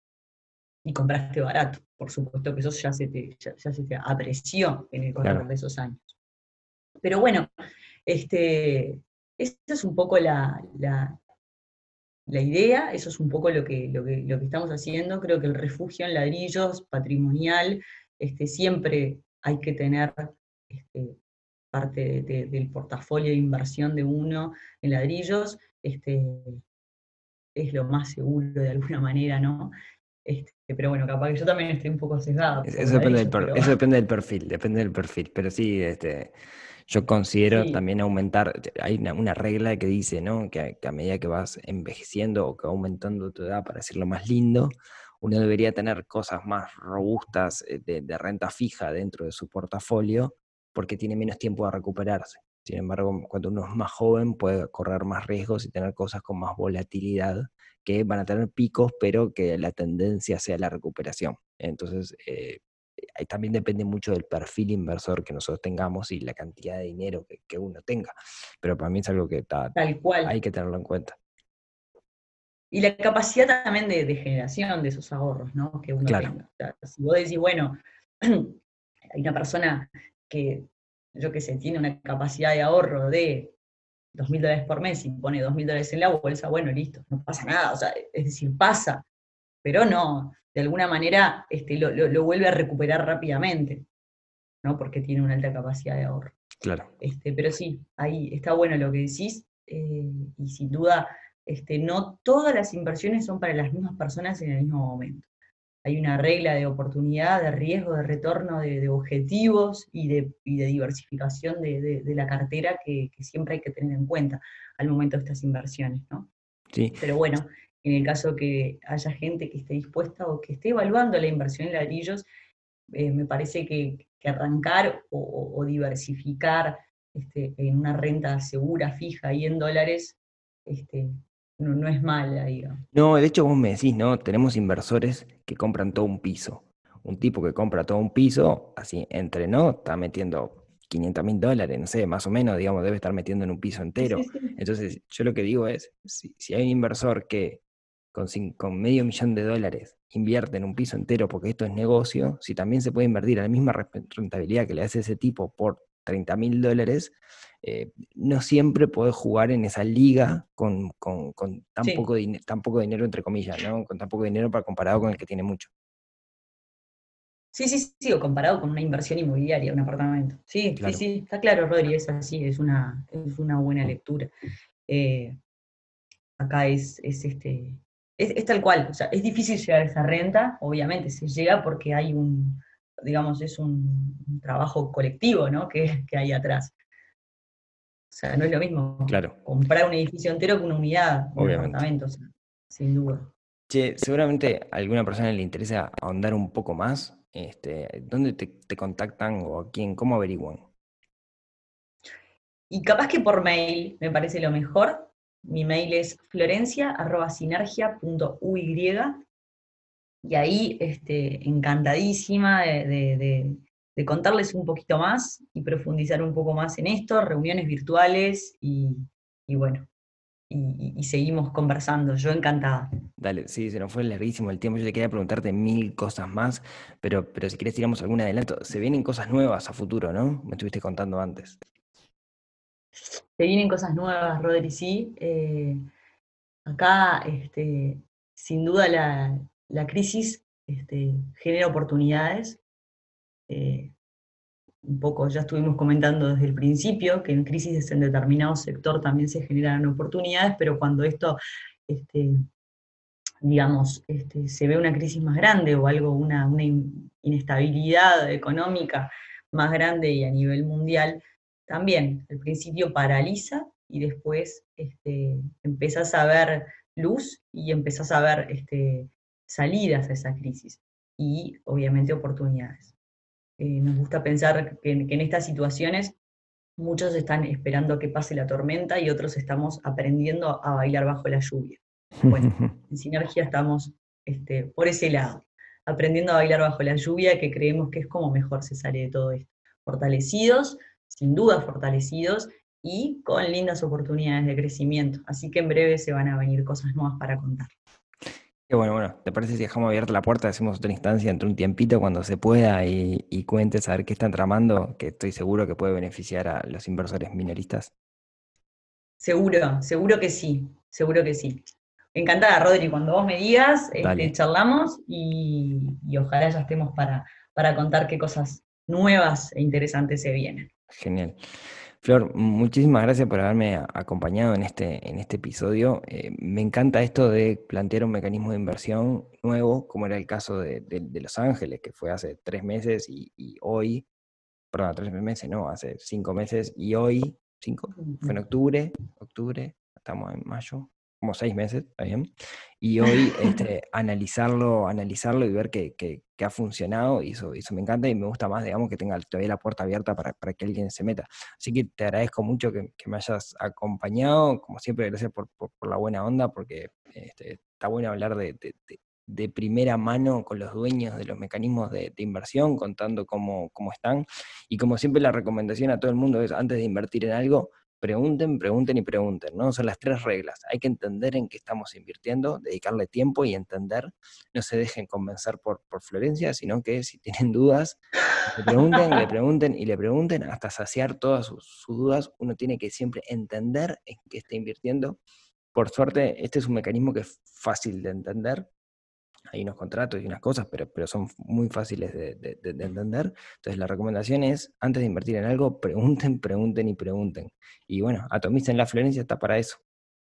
Y compraste barato. Por supuesto que eso ya se te, ya, ya se te apreció en el correr Claro. de esos años. Pero bueno, este, esa es un poco la, la, la idea, eso es un poco lo que, lo, que, lo que estamos haciendo. Creo que el refugio en ladrillos patrimonial, este, siempre hay que tener este, parte de, de, del portafolio de inversión de uno en ladrillos, este, es lo más seguro de alguna manera, ¿no? Este, pero bueno, capaz que yo también estoy un poco sesgada por Eso los depende del, ladrillos, per- pero eso depende del perfil, depende del perfil. Pero sí, este, yo considero sí, también aumentar, hay una, una regla que dice, ¿no? Que, a que a medida que vas envejeciendo o que va aumentando tu edad, para decirlo más lindo, uno debería tener cosas más robustas eh, de, de renta fija dentro de su portafolio porque tiene menos tiempo de recuperarse. Sin embargo, cuando uno es más joven puede correr más riesgos y tener cosas con más volatilidad que van a tener picos, pero que la tendencia sea la recuperación. Entonces, eh, ahí también depende mucho del perfil inversor que nosotros tengamos y la cantidad de dinero que, que uno tenga. Pero para mí es algo que ta, tal cual. hay que tenerlo en cuenta. Y la capacidad también de, de generación de esos ahorros, ¿no? Que uno Claro, tenga. O sea, si vos decís, bueno, hay una persona que, yo qué sé, tiene una capacidad de ahorro de dos mil dólares por mes y pone dos mil dólares en la bolsa, bueno, listo, no pasa nada. O sea, es decir, pasa, pero no, de alguna manera este, lo, lo, lo vuelve a recuperar rápidamente, ¿no? Porque tiene una alta capacidad de ahorro. claro. Este, pero sí, ahí está bueno lo que decís, eh, y sin duda, este, no todas las inversiones son para las mismas personas en el mismo momento. Hay una regla de oportunidad, de riesgo, de retorno, de, de objetivos y de, y de diversificación de, de, de la cartera que, que, siempre hay que tener en cuenta al momento de estas inversiones, ¿no? Sí. Pero bueno, en el caso que haya gente que esté dispuesta o que esté evaluando la inversión en ladrillos, eh, me parece que, que arrancar o, o, o diversificar este, en una renta segura, fija y en dólares, este, no, no es mala, digamos. No, de hecho vos me decís, ¿no? Tenemos inversores que compran todo un piso. Un tipo que compra todo un piso, así, entre, ¿no? Está metiendo quinientos mil dólares, no sé, más o menos, digamos, debe estar metiendo en un piso Sí, entero. sí, sí. Entonces, yo lo que digo es, si, si hay un inversor que con, cin- con medio millón de dólares invierte en un piso entero porque esto es negocio, si también se puede invertir a la misma re- rentabilidad que le hace ese tipo por treinta mil dólares, eh, no siempre podés jugar en esa liga con, con, con tan, Sí. poco din- tan poco dinero, entre comillas, ¿no? Con tan poco dinero para comparado con el que tiene mucho. Sí, sí, sí, o comparado con una inversión inmobiliaria, un apartamento. Sí, sí, Claro. sí, está claro, Rodri, es así, es una, es una buena lectura. Eh, acá es, es este, es, es tal cual, o sea, es difícil llegar a esa renta, obviamente se llega porque hay un, digamos, es un, un trabajo colectivo, ¿no? Que, que hay atrás. O sea, no es lo mismo Claro, comprar un edificio entero que una unidad, un obviamente. apartamento, o sea, sin duda. Che, seguramente a alguna persona le interesa ahondar un poco más. Este, ¿dónde te, te contactan o a quién? ¿Cómo averiguan? Y capaz que por mail me parece lo mejor. Mi mail es florencia arroba sinergia punto uy, y ahí este, encantadísima de, de- de- de contarles un poquito más y profundizar un poco más en esto, reuniones virtuales y, y bueno, y, y- y seguimos conversando. Yo encantada. Dale, sí, se nos fue larguísimo el tiempo. Yo te quería preguntarte mil cosas más, pero, pero si querés tiramos algún adelanto. Se vienen cosas nuevas a futuro, ¿no? Me estuviste contando antes. Se vienen cosas nuevas, Rodri, sí. eh, acá, este, sin duda, la, la crisis este, genera oportunidades. Eh, un poco ya estuvimos comentando desde el principio que en crisis en determinado sector también se generan oportunidades, pero cuando esto, este, digamos, este, se ve una crisis más grande o algo, una, una inestabilidad económica más grande y a nivel mundial, también al principio paraliza y después este, empezás a ver luz y empezás a ver este, salidas a esa crisis y obviamente oportunidades. Eh, nos gusta pensar que, que en estas situaciones muchos están esperando a que pase la tormenta y otros estamos aprendiendo a bailar bajo la lluvia. Bueno, en Sinergia estamos este, por ese lado, aprendiendo a bailar bajo la lluvia, que creemos que es como mejor se sale de todo esto. Fortalecidos, sin duda fortalecidos, y con lindas oportunidades de crecimiento. Así que en breve se van a venir cosas nuevas para contar. Qué bueno, bueno, ¿te parece si dejamos abierta la puerta, hacemos otra instancia entre un tiempito cuando se pueda y, y cuentes a ver qué están tramando, que estoy seguro que puede beneficiar a los inversores minoristas? Seguro, seguro que sí, seguro que sí. Encantada, Rodri, cuando vos me digas, este, charlamos y, y ojalá ya estemos para, para contar qué cosas nuevas e interesantes se vienen. Genial. Flor, muchísimas gracias por haberme acompañado en este, en este episodio. Eh, me encanta esto de plantear un mecanismo de inversión nuevo, como era el caso de, de, de Los Ángeles, que fue hace tres meses y, y hoy, perdón, tres meses, no, hace cinco meses y hoy, cinco, fue en octubre, octubre, estamos en mayo, como seis meses, está bien. Y hoy este, analizarlo, analizarlo y ver que, que, que ha funcionado, y eso, eso me encanta y me gusta más, digamos, que tenga todavía la puerta abierta para, para que alguien se meta. Así que te agradezco mucho que, que me hayas acompañado, como siempre, gracias por, por, por la buena onda, porque este, está bueno hablar de, de, de de primera mano con los dueños de los mecanismos de, de inversión, contando cómo, cómo están. Y como siempre la recomendación a todo el mundo es, antes de invertir en algo, pregunten, pregunten y pregunten, ¿no? Son las tres reglas. Hay que entender en qué estamos invirtiendo, dedicarle tiempo y entender. No se dejen convencer por, por Florencia, sino que si tienen dudas, le pregunten, le pregunten y le pregunten hasta saciar todas sus, sus dudas. Uno tiene que siempre entender en qué está invirtiendo. Por suerte, este es un mecanismo que es fácil de entender. Hay unos contratos y unas cosas, pero, pero son muy fáciles de, de, de entender. Entonces la recomendación es, antes de invertir en algo, pregunten, pregunten y pregunten. Y bueno, Atomicen la Florencia está para eso.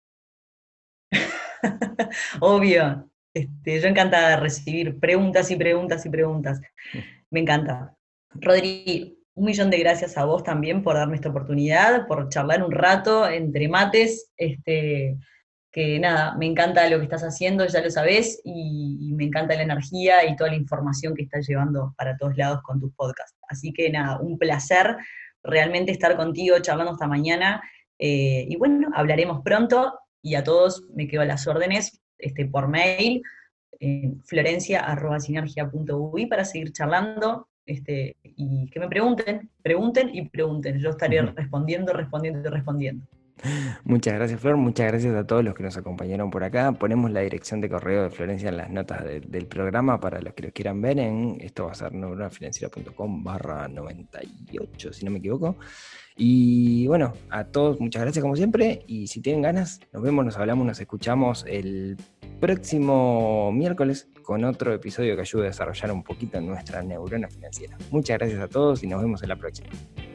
Obvio. Este, yo encantada de recibir preguntas y preguntas y preguntas. Me encanta. Rodri, un millón de gracias a vos también por darme esta oportunidad, por charlar un rato entre mates. Este, que nada, me encanta lo que estás haciendo, ya lo sabés, y, y me encanta la energía y toda la información que estás llevando para todos lados con tus podcasts. Así que nada, un placer realmente estar contigo charlando esta mañana. Eh, y bueno, hablaremos pronto y a todos me quedo a las órdenes este, por mail, en florencia arroba sinergia punto u i para seguir charlando. Este, y que me pregunten, pregunten y pregunten. Yo estaré respondiendo, respondiendo y respondiendo. Muchas gracias, Flor. Muchas gracias a todos los que nos acompañaron por acá. Ponemos la dirección de correo de Florencia en las notas de, del programa para los que lo quieran ver. En, esto va a ser neuronafinanciera punto com barra noventa y ocho, si no me equivoco. Y bueno, a todos muchas gracias como siempre. Y si tienen ganas, nos vemos, nos hablamos, nos escuchamos el próximo miércoles con otro episodio que ayude a desarrollar un poquito nuestra neurona financiera. Muchas gracias a todos y nos vemos en la próxima.